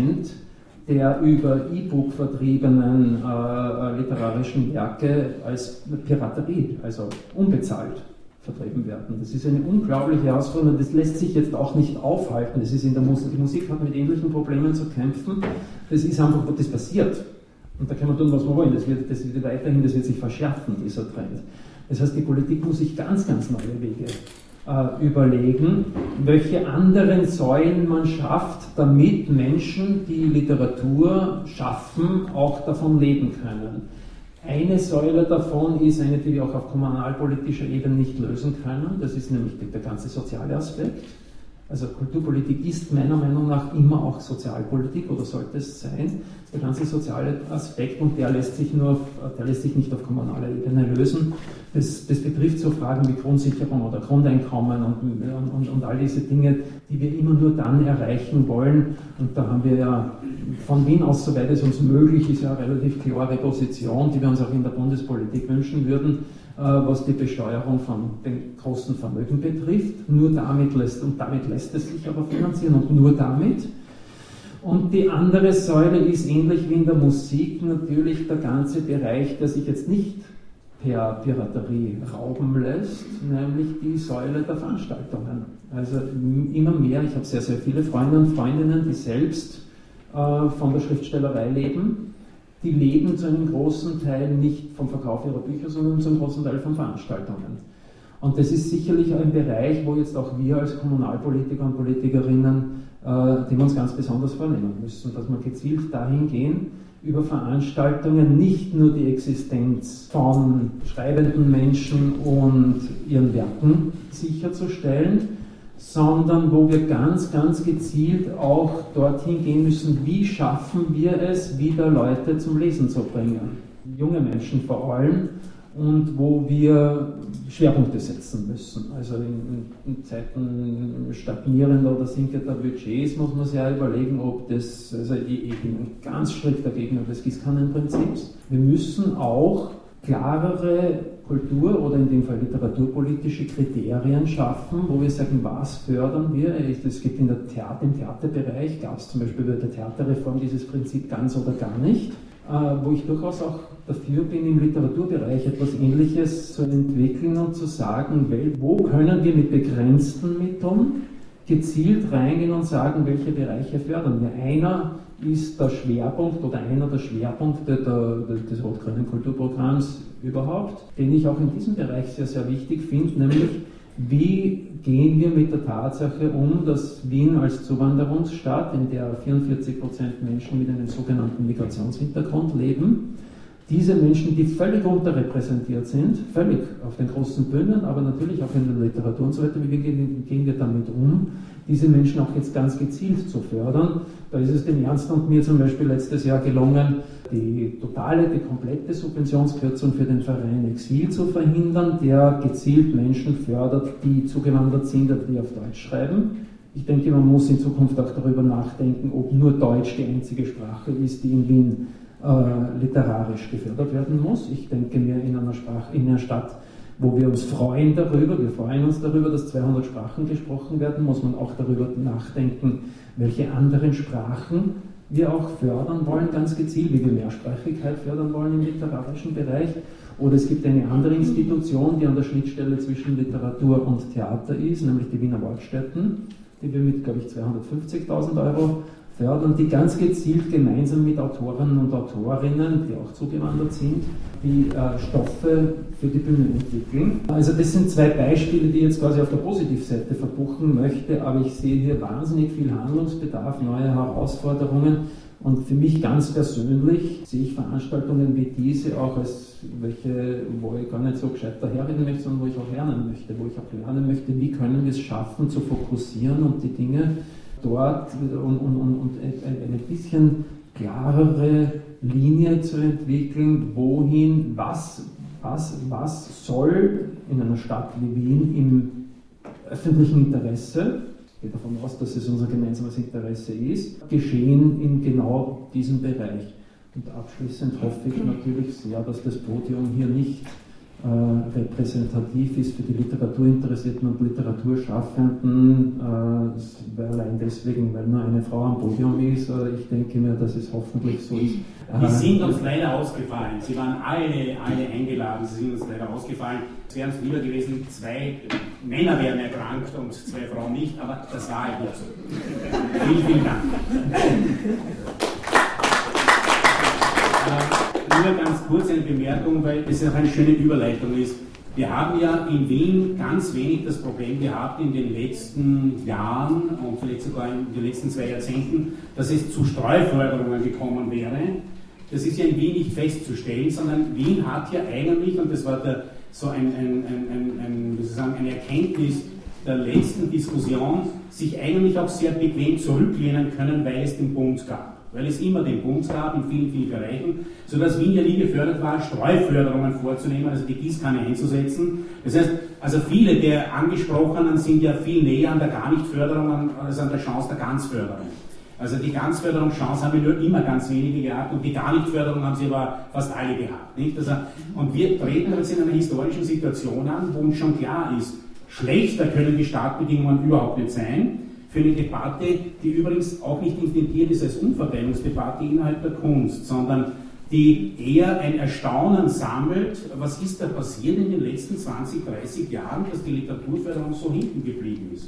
der über E-Book vertriebenen literarischen Werke als Piraterie, also unbezahlt, vertrieben werden. Das ist eine unglaubliche Herausforderung, das lässt sich jetzt auch nicht aufhalten. Das ist in der Musik, die Musik hat mit ähnlichen Problemen zu kämpfen. Das ist einfach, das passiert. Und da kann man tun, was man wollen. Das wird sich verschärfen, dieser Trend. Das heißt, die Politik muss sich ganz, ganz neue Wege überlegen, welche anderen Säulen man schafft, damit Menschen, die Literatur schaffen, auch davon leben können. Eine Säule davon ist eine, die wir auch auf kommunalpolitischer Ebene nicht lösen können. Das ist nämlich der ganze soziale Aspekt. Also Kulturpolitik ist meiner Meinung nach immer auch Sozialpolitik oder sollte es sein. Der ganze soziale Aspekt, und der lässt sich nicht auf kommunaler Ebene lösen. Das betrifft so Fragen wie Grundsicherung oder Grundeinkommen und all diese Dinge, die wir immer nur dann erreichen wollen. Und da haben wir ja von Wien aus, soweit es uns möglich ist, ja eine relativ klare Position, die wir uns auch in der Bundespolitik wünschen würden, was die Besteuerung von den großen Vermögen betrifft. Nur damit lässt es sich aber finanzieren, und nur damit. Und die andere Säule ist ähnlich wie in der Musik natürlich der ganze Bereich, der sich jetzt nicht per Piraterie rauben lässt, nämlich die Säule der Veranstaltungen. Also immer mehr, ich habe sehr, sehr viele Freunde und Freundinnen, die selbst von der Schriftstellerei leben. Die leben zu einem großen Teil nicht vom Verkauf ihrer Bücher, sondern zum großen Teil von Veranstaltungen. Und das ist sicherlich ein Bereich, wo jetzt auch wir als Kommunalpolitiker und Politikerinnen, die wir uns ganz besonders vornehmen müssen, dass wir gezielt dahin gehen, über Veranstaltungen nicht nur die Existenz von schreibenden Menschen und ihren Werken sicherzustellen, sondern wo wir ganz, ganz gezielt auch dorthin gehen müssen, wie schaffen wir es, wieder Leute zum Lesen zu bringen. Junge Menschen vor allem, und wo wir Schwerpunkte setzen müssen. Also in Zeiten stagnierender oder sinkender Budgets muss man sich ja überlegen, ob das, also ich bin ein ganz strikter Gegner des Gießkannenprinzips. Wir müssen auch klarere Kultur- oder in dem Fall literaturpolitische Kriterien schaffen, wo wir sagen, was fördern wir. Es gibt im Theaterbereich, gab es zum Beispiel bei der Theaterreform dieses Prinzip ganz oder gar nicht, wo ich durchaus auch dafür bin, im Literaturbereich etwas Ähnliches zu entwickeln und zu sagen, wo können wir mit begrenzten Mitteln gezielt reingehen und sagen, welche Bereiche fördern wir. Einer ist der Schwerpunkt oder einer der Schwerpunkte des rot-grünen Kulturprogramms überhaupt, den ich auch in diesem Bereich sehr, sehr wichtig finde, nämlich wie gehen wir mit der Tatsache um, dass Wien als Zuwanderungsstadt, in der 44% Menschen mit einem sogenannten Migrationshintergrund leben, diese Menschen, die völlig unterrepräsentiert sind, völlig auf den großen Bühnen, aber natürlich auch in der Literatur und so weiter, wie gehen wir damit um, diese Menschen auch jetzt ganz gezielt zu fördern. Da ist es dem Ernst und mir zum Beispiel letztes Jahr gelungen, die komplette Subventionskürzung für den Verein Exil zu verhindern, der gezielt Menschen fördert, die zugewandert sind oder die auf Deutsch schreiben. Ich denke, man muss in Zukunft auch darüber nachdenken, ob nur Deutsch die einzige Sprache ist, die in Wien literarisch gefördert werden muss. Ich denke mir, in einer Stadt, wo wir uns freuen darüber, dass 200 Sprachen gesprochen werden, muss man auch darüber nachdenken, welche anderen Sprachen wir auch fördern wollen, ganz gezielt, wie wir Mehrsprachigkeit fördern wollen im literarischen Bereich. Oder es gibt eine andere Institution, die an der Schnittstelle zwischen Literatur und Theater ist, nämlich die Wiener Wortstätten, die wir mit, glaube ich, 250.000 Euro fördern, die ganz gezielt gemeinsam mit Autoren und Autorinnen, die auch zugewandert sind, die Stoffe für die Bühne entwickeln. Also das sind zwei Beispiele, die ich jetzt quasi auf der Positivseite verbuchen möchte, aber ich sehe hier wahnsinnig viel Handlungsbedarf, neue Herausforderungen und für mich ganz persönlich sehe ich Veranstaltungen wie diese auch als welche, wo ich gar nicht so gescheit daherreden möchte, sondern wo ich auch lernen möchte, wie können wir es schaffen zu fokussieren und die Dinge dort und eine bisschen klarere Linie zu entwickeln, wohin, was soll in einer Stadt wie Wien im öffentlichen Interesse, ich gehe davon aus, dass es unser gemeinsames Interesse ist, geschehen in genau diesem Bereich. Und abschließend hoffe ich natürlich sehr, dass das Podium hier nicht repräsentativ ist für die Literaturinteressierten und Literaturschaffenden, allein deswegen, weil nur eine Frau am Podium ist. Ich denke mir, dass es hoffentlich so ist.
Die sind uns leider ausgefallen. Sie waren alle eingeladen, sie sind uns leider ausgefallen. Es wäre uns lieber gewesen, 2 Männer wären erkrankt und 2 Frauen nicht, aber das war halt nicht so. Vielen, vielen Dank. Nur ganz kurz eine Bemerkung, weil das auch eine schöne Überleitung ist. Wir haben ja in Wien ganz wenig das Problem gehabt in den letzten Jahren und vielleicht sogar in den letzten 2 Jahrzehnten, dass es zu Streuförderungen gekommen wäre. Das ist ja in Wien nicht festzustellen, sondern Wien hat ja eigentlich, und das war eine Erkenntnis der letzten Diskussion, sich eigentlich auch sehr bequem zurücklehnen können, weil es den Bund gab. Weil es immer den Bund gab in vielen, vielen Bereichen, sodass Wien ja nie gefördert war, Streuförderungen vorzunehmen, also die Gießkanne einzusetzen. Das heißt, also viele der Angesprochenen sind ja viel näher an der Gar-nicht-Förderung als an der Chance der Ganzförderung. Also die Ganzförderungschance haben wir nur immer ganz wenige gehabt und die Gar-nicht-Förderung haben sie aber fast alle gehabt. Nicht? Also, und wir treten jetzt in einer historischen Situation an, wo uns schon klar ist, schlechter können die Startbedingungen überhaupt nicht sein, für eine Debatte, die übrigens auch nicht intendiert ist als Umverteilungsdebatte innerhalb der Kunst, sondern die eher ein Erstaunen sammelt, was ist da passiert in den letzten 20, 30 Jahren, dass die Literaturförderung so hinten geblieben ist.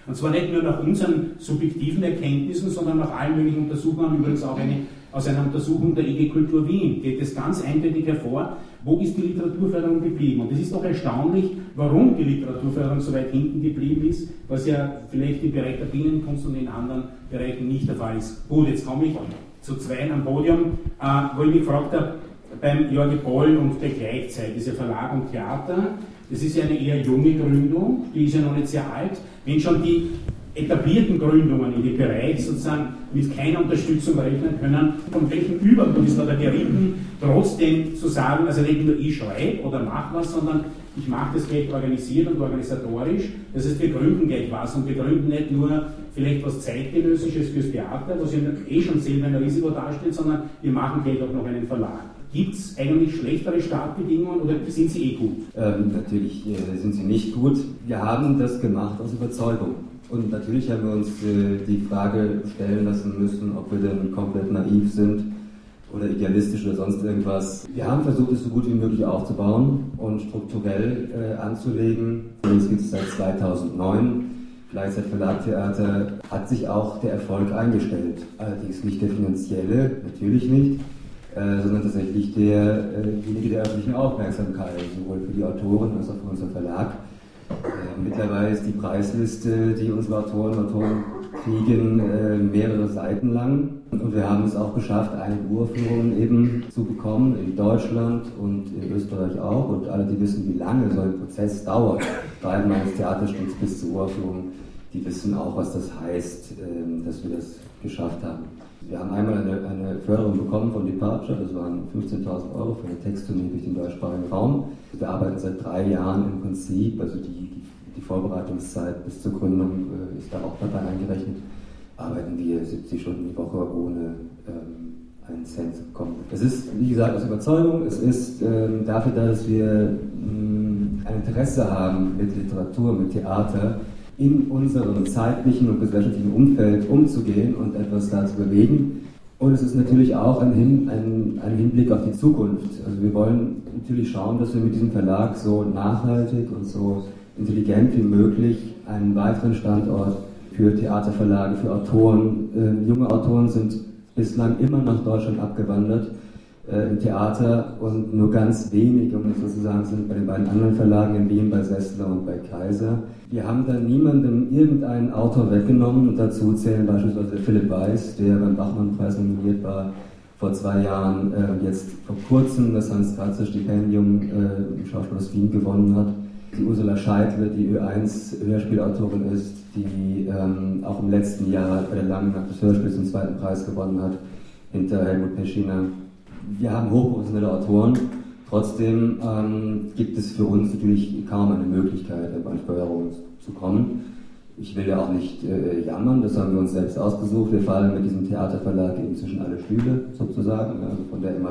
Und zwar nicht nur nach unseren subjektiven Erkenntnissen, sondern nach allen möglichen Untersuchungen, übrigens auch aus einer Untersuchung der IG Kultur Wien geht es ganz eindeutig hervor, wo ist die Literaturförderung geblieben. Und es ist doch erstaunlich, warum die Literaturförderung so weit hinten geblieben ist, was ja vielleicht im Bereich der Binnenkunst und in anderen Bereichen nicht der Fall ist. Gut, jetzt komme ich zu zweien am Podium, wo ich mich gefragt habe, beim Jorge Boll und der Gleichzeit, dieser Verlag und Theater, das ist ja eine eher junge Gründung, die ist ja noch nicht sehr alt. Wenn schon die etablierten Gründungen in dem Bereich sozusagen mit keiner Unterstützung rechnen können, von welchem Übermut ist da geritten, trotzdem zu sagen, also nicht nur ich schreibe oder mache was, sondern ich mache das gleich organisiert und organisatorisch. Das heißt, wir gründen gleich was und wir gründen nicht nur vielleicht was Zeitgenössisches fürs Theater, was ja schon selber ein Risiko darstellt, sondern wir machen gleich auch noch einen Verlag. Gibt es eigentlich schlechtere Startbedingungen oder sind sie gut?
Natürlich sind sie nicht gut. Wir haben das gemacht aus Überzeugung. Und natürlich haben wir uns die Frage stellen lassen müssen, ob wir denn komplett naiv sind oder idealistisch oder sonst irgendwas. Wir haben versucht, es so gut wie möglich aufzubauen und strukturell anzulegen. Das gibt es seit 2009. Gleichzeit Verlag Theater hat sich auch der Erfolg eingestellt. Allerdings nicht der finanzielle, natürlich nicht, sondern tatsächlich derjenige der öffentlichen Aufmerksamkeit, sowohl für die Autoren als auch für unseren Verlag. Mittlerweile ist die Preisliste, die unsere Autoren und Autoren kriegen, mehrere Seiten lang. Und wir haben es auch geschafft, einige Uraufführungen eben zu bekommen, in Deutschland und in Österreich auch. Und alle, die wissen, wie lange so ein Prozess dauert, Schreiben eines Theaterstücks bis zur Uraufführung, die wissen auch, was das heißt, dass wir das geschafft haben. Wir haben einmal eine Förderung bekommen von Departure, das waren 15.000 € für eine Texttournee durch den deutschsprachigen Raum. Wir arbeiten seit 3 Jahren im Prinzip, also die Vorbereitungszeit bis zur Gründung ist da auch dabei eingerechnet, arbeiten wir 70 Stunden die Woche ohne einen Cent zu bekommen. Es ist, wie gesagt, aus Überzeugung, es ist dafür da, dass wir ein Interesse haben, mit Literatur, mit Theater in unserem zeitlichen und gesellschaftlichen Umfeld umzugehen und etwas da zu bewegen. Und es ist natürlich auch ein Hinblick auf die Zukunft. Also wir wollen natürlich schauen, dass wir mit diesem Verlag so nachhaltig und so intelligent wie möglich einen weiteren Standort für Theaterverlage, für Autoren. Junge Autoren sind bislang immer nach Deutschland abgewandert im Theater und nur ganz wenige, um es so zu sagen, sind bei den beiden anderen Verlagen in Wien, bei Sessler und bei Kaiser. Wir haben da niemandem irgendeinen Autor weggenommen und dazu zählen beispielsweise Philipp Weiß, der beim Bachmann-Preis nominiert war vor 2 Jahren, jetzt vor kurzem das Hans-Kratzer-Stipendium im Schauspielhaus Wien gewonnen hat. Die Ursula Scheidle, die Ö1-Hörspielautorin ist, die auch im letzten Jahr bei der Langen Nacht des Hörspiels den 2. Preis gewonnen hat, hinter Helmut Peschiner. Wir haben hochprofessionelle Autoren, trotzdem gibt es für uns natürlich kaum eine Möglichkeit, an Förderung zu kommen. Ich will ja auch nicht jammern, das haben wir uns selbst ausgesucht. Wir fallen mit diesem Theaterverlag eben zwischen alle Stühle sozusagen. Also von der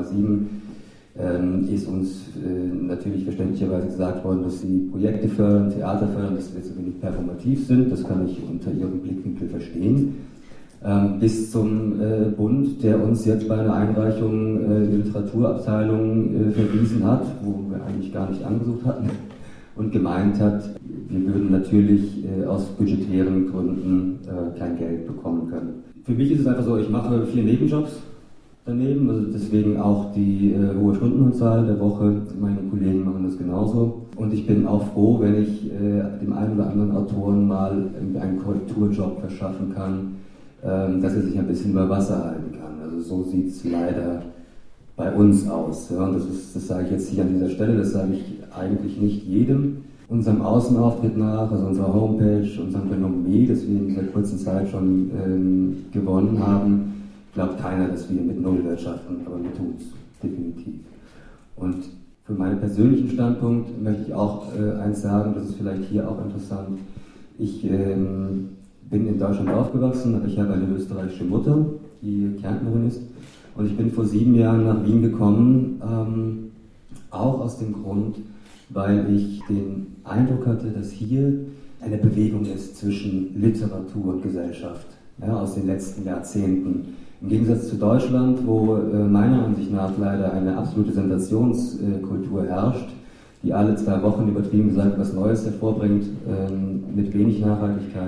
MA7 ist uns natürlich verständlicherweise gesagt worden, dass sie Projekte fördern, Theater fördern, dass wir zu wenig performativ sind. Das kann ich unter ihrem Blickwinkel verstehen. Bis zum Bund, der uns jetzt bei einer Einreichung die Literaturabteilung verwiesen hat, wo wir eigentlich gar nicht angesucht hatten, und gemeint hat, wir würden natürlich aus budgetären Gründen kein Geld bekommen können. Für mich ist es einfach so, ich mache 4 Nebenjobs daneben, also deswegen auch die hohe Stundenzahl der Woche. Meine Kollegen machen das genauso. Und ich bin auch froh, wenn ich dem einen oder anderen Autoren mal einen Korrekturjob verschaffen kann, dass er sich ein bisschen über Wasser halten kann. Also so sieht es leider bei uns aus. Ja, und das sage ich jetzt hier an dieser Stelle, das sage ich eigentlich nicht jedem. Unserem Außenauftritt nach, also unserer Homepage, unserem Renommee, das wir in dieser kurzen Zeit schon gewonnen haben, glaubt keiner, dass wir mit Null wirtschaften, aber wir tun es definitiv. Und für meinen persönlichen Standpunkt möchte ich auch eins sagen, das ist vielleicht hier auch interessant. Ich bin in Deutschland aufgewachsen, aber ich habe eine österreichische Mutter, die Kärntnerin ist. Und ich bin vor 7 Jahren nach Wien gekommen, auch aus dem Grund, weil ich den Eindruck hatte, dass hier eine Bewegung ist zwischen Literatur und Gesellschaft, ja, aus den letzten Jahrzehnten. Im Gegensatz zu Deutschland, wo meiner Ansicht nach leider eine absolute Sensationskultur herrscht, die alle 2 Wochen übertrieben gesagt was Neues hervorbringt, mit wenig Nachhaltigkeit,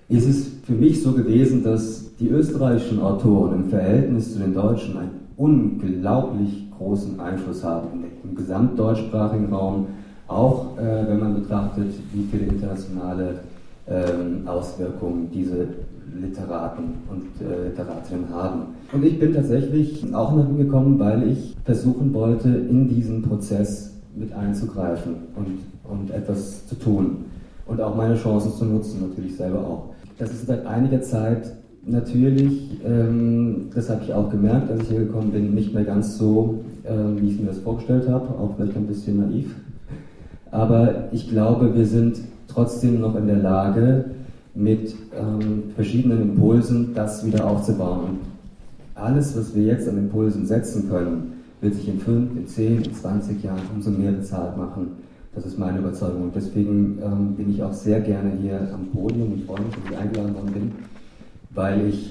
ist es für mich so gewesen, dass die österreichischen Autoren im Verhältnis zu den Deutschen einen unglaublich großen Einfluss haben im gesamtdeutschsprachigen Raum, auch wenn man betrachtet, wie viele internationale Auswirkungen diese Literaten und Literatinnen haben. Und ich bin tatsächlich auch nach Wien gekommen, weil ich versuchen wollte, in diesen Prozess mit einzugreifen und etwas zu tun und auch meine Chancen zu nutzen, natürlich selber auch. Das ist seit einiger Zeit natürlich, das habe ich auch gemerkt, als ich hier gekommen bin, nicht mehr ganz so, wie ich mir das vorgestellt habe, auch vielleicht ein bisschen naiv. Aber ich glaube, wir sind trotzdem noch in der Lage, mit verschiedenen Impulsen das wieder aufzubauen. Und alles, was wir jetzt an Impulsen setzen können, wird sich in 5, in 10, in 20 Jahren umso mehr bezahlt machen. Das ist meine Überzeugung. Und deswegen bin ich auch sehr gerne hier am Podium und freue mich, dass ich eingeladen worden bin, weil ich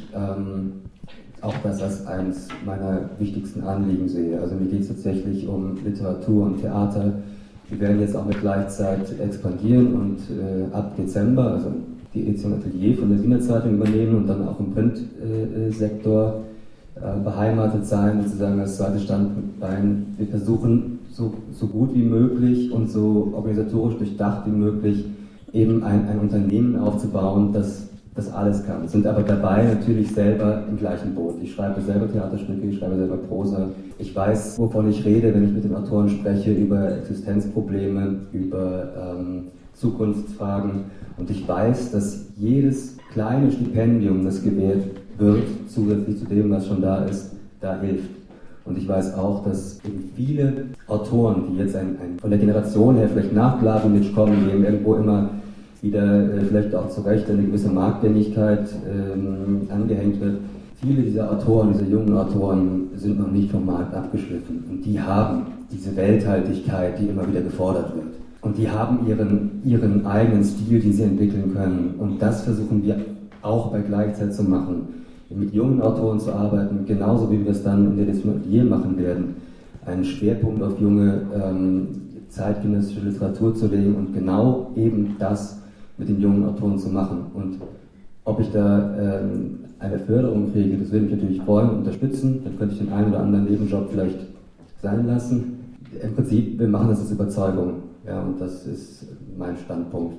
auch das als eines meiner wichtigsten Anliegen sehe. Also mir geht es tatsächlich um Literatur und Theater. Wir werden jetzt auch mit Gleichzeit expandieren und ab Dezember, also die Edition Atelier von der Wiener Zeitung übernehmen und dann auch im Printsektor beheimatet sein, sozusagen als zweites Standbein. Wir versuchen so gut wie möglich und so organisatorisch durchdacht wie möglich eben ein Unternehmen aufzubauen, das alles kann. Wir sind aber dabei natürlich selber im gleichen Boot. Ich schreibe selber Theaterstücke, ich schreibe selber Prosa. Ich weiß, wovon ich rede, wenn ich mit den Autoren spreche, über Existenzprobleme, über Zukunftsfragen. Und ich weiß, dass jedes kleine Stipendium, das gewährt wird, zusätzlich zu dem, was schon da ist, da hilft. Und ich weiß auch, dass eben viele Autoren, die jetzt von der Generation her vielleicht nach Glawinitsch kommen, die eben irgendwo immer wieder vielleicht auch zu Recht eine gewisse Marktgängigkeit angehängt wird. Viele dieser Autoren, dieser jungen Autoren sind noch nicht vom Markt abgeschliffen und die haben diese Welthaltigkeit, die immer wieder gefordert wird. Und die haben ihren eigenen Stil, den sie entwickeln können. Und das versuchen wir auch bei Gleichzeit zu machen. Mit jungen Autoren zu arbeiten, genauso wie wir es dann in der Edition Atelier machen werden. Einen Schwerpunkt auf junge zeitgenössische Literatur zu legen und genau eben das mit den jungen Autoren zu machen. Und ob ich da eine Förderung kriege, das würde mich natürlich freuen und unterstützen. Dann könnte ich den einen oder anderen Nebenjob vielleicht sein lassen. Im Prinzip, wir machen das als Überzeugung. Ja, und das ist mein Standpunkt.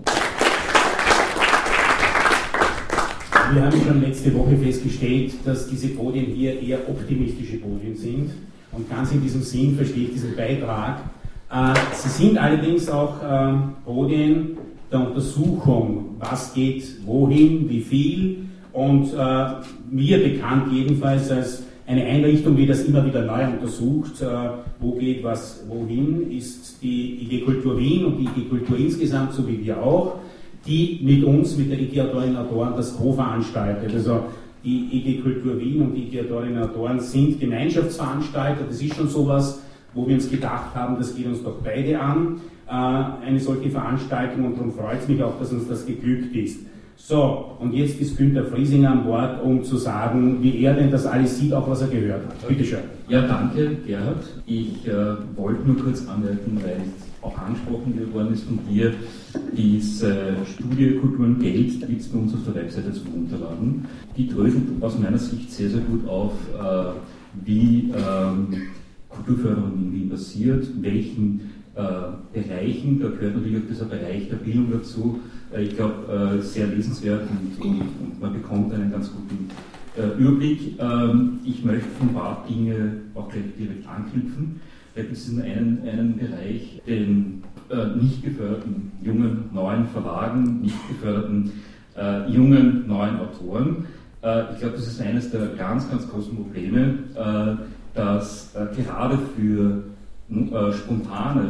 Wir haben schon letzte Woche festgestellt, dass diese Podien hier eher optimistische Podien sind. Und ganz in diesem Sinn verstehe ich diesen Beitrag. Sie sind allerdings auch Podien der Untersuchung, was geht wohin, wie viel. Und mir bekannt jedenfalls als eine Einrichtung, die das immer wieder neu untersucht, wo geht was wohin, ist die IG Kultur Wien und die IG Kultur insgesamt, so wie wir auch, die mit uns, mit der IG Autorinnen und Autoren, das co-veranstaltet. Also die IG Kultur Wien und die IG Autorinnen und Autoren sind Gemeinschaftsveranstalter. Das ist schon sowas, wo wir uns gedacht haben, das geht uns doch beide an, eine solche Veranstaltung, und darum freut es mich auch, dass uns das geglückt ist. So, und jetzt ist Günter Friesinger an Bord, um zu sagen, wie er denn das alles sieht, auch was er gehört hat. Bitte schön.
Ja, danke, Gerhard. Ich wollte nur kurz anmerken, weil es auch angesprochen worden ist von dir, diese Studie Kultur und Geld gibt es bei uns auf der Webseite zum Runterladen. Die dröselt aus meiner Sicht sehr, sehr gut auf, wie Kulturförderung in Wien passiert, welchen Bereichen, da gehört natürlich auch dieser Bereich der Bildung dazu. Ich glaube, sehr lesenswert und man bekommt einen ganz guten Überblick. Ich möchte von ein paar Dinge auch gleich direkt anknüpfen. Da gibt es einen Bereich, den nicht geförderten jungen neuen Verlagen, nicht geförderten jungen neuen Autoren. Ich glaube, das ist eines der ganz, ganz großen Probleme, dass gerade für spontane,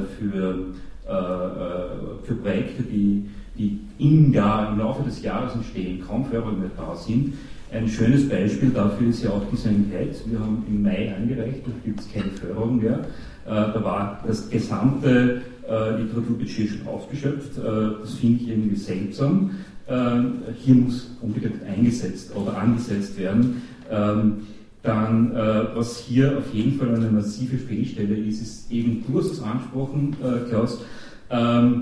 für Projekte, die im Laufe des Jahres entstehen, kaum Förderungen mehr da sind. Ein schönes Beispiel dafür ist ja auch die Sanität. Wir haben im Mai eingereicht, da gibt es keine Förderung mehr. Da war das gesamte Literaturbudget schon ausgeschöpft. Das finde ich irgendwie seltsam. Hier muss unbedingt angesetzt werden. Dann, was hier auf jeden Fall eine massive Fehlstelle ist eben, du hast es angesprochen, Klaus,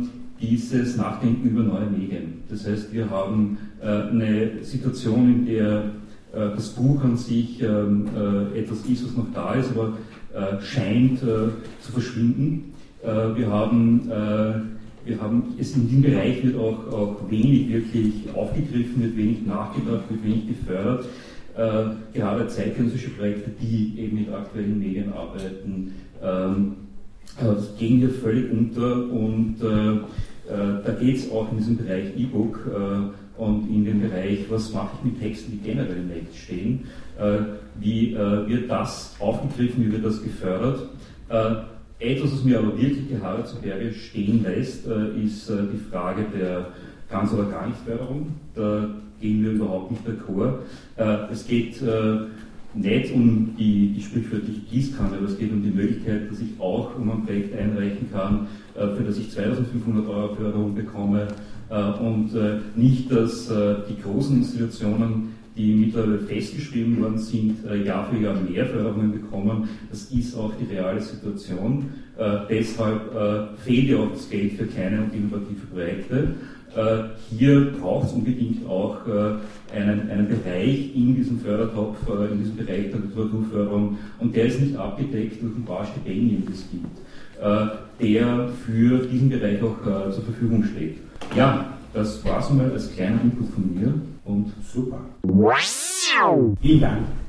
dieses Nachdenken über neue Medien. Das heißt, wir haben eine Situation, in der das Buch an sich etwas ist, was noch da ist, aber scheint zu verschwinden. Wir haben es in diesem Bereich wird auch wenig wirklich aufgegriffen, wird wenig nachgedacht, wird wenig gefördert. Gerade zeitgenössische Projekte, die eben mit aktuellen Medien arbeiten, gehen hier völlig unter und da geht es auch in diesem Bereich E-Book und in dem Bereich, was mache ich mit Texten, die generell im Netz stehen, wie wird das aufgegriffen, wie wird das gefördert. Etwas, was mir aber wirklich die Haare zu Berge stehen lässt, ist die Frage der Ganz- oder Gar-nicht-Förderung. Da gehen wir überhaupt nicht d'accord. Es geht nicht um die sprichwörtliche Gießkanne, aber es geht um die Möglichkeit, dass ich auch um ein Projekt einreichen kann, für das ich 2.500 € Förderung bekomme und nicht, dass die großen Institutionen, die mittlerweile festgeschrieben worden sind, Jahr für Jahr mehr Förderungen bekommen. Das ist auch die reale Situation. Deshalb fehlt ja auch das Geld für kleine und innovative Projekte. Hier braucht es unbedingt auch einen Bereich in diesem Fördertopf, in diesem Bereich der Literaturförderung, und der ist nicht abgedeckt durch ein paar Stipendien, die es gibt, der für diesen Bereich auch zur Verfügung steht. Ja, das war es mal als kleiner Input von mir und super.
Vielen Dank.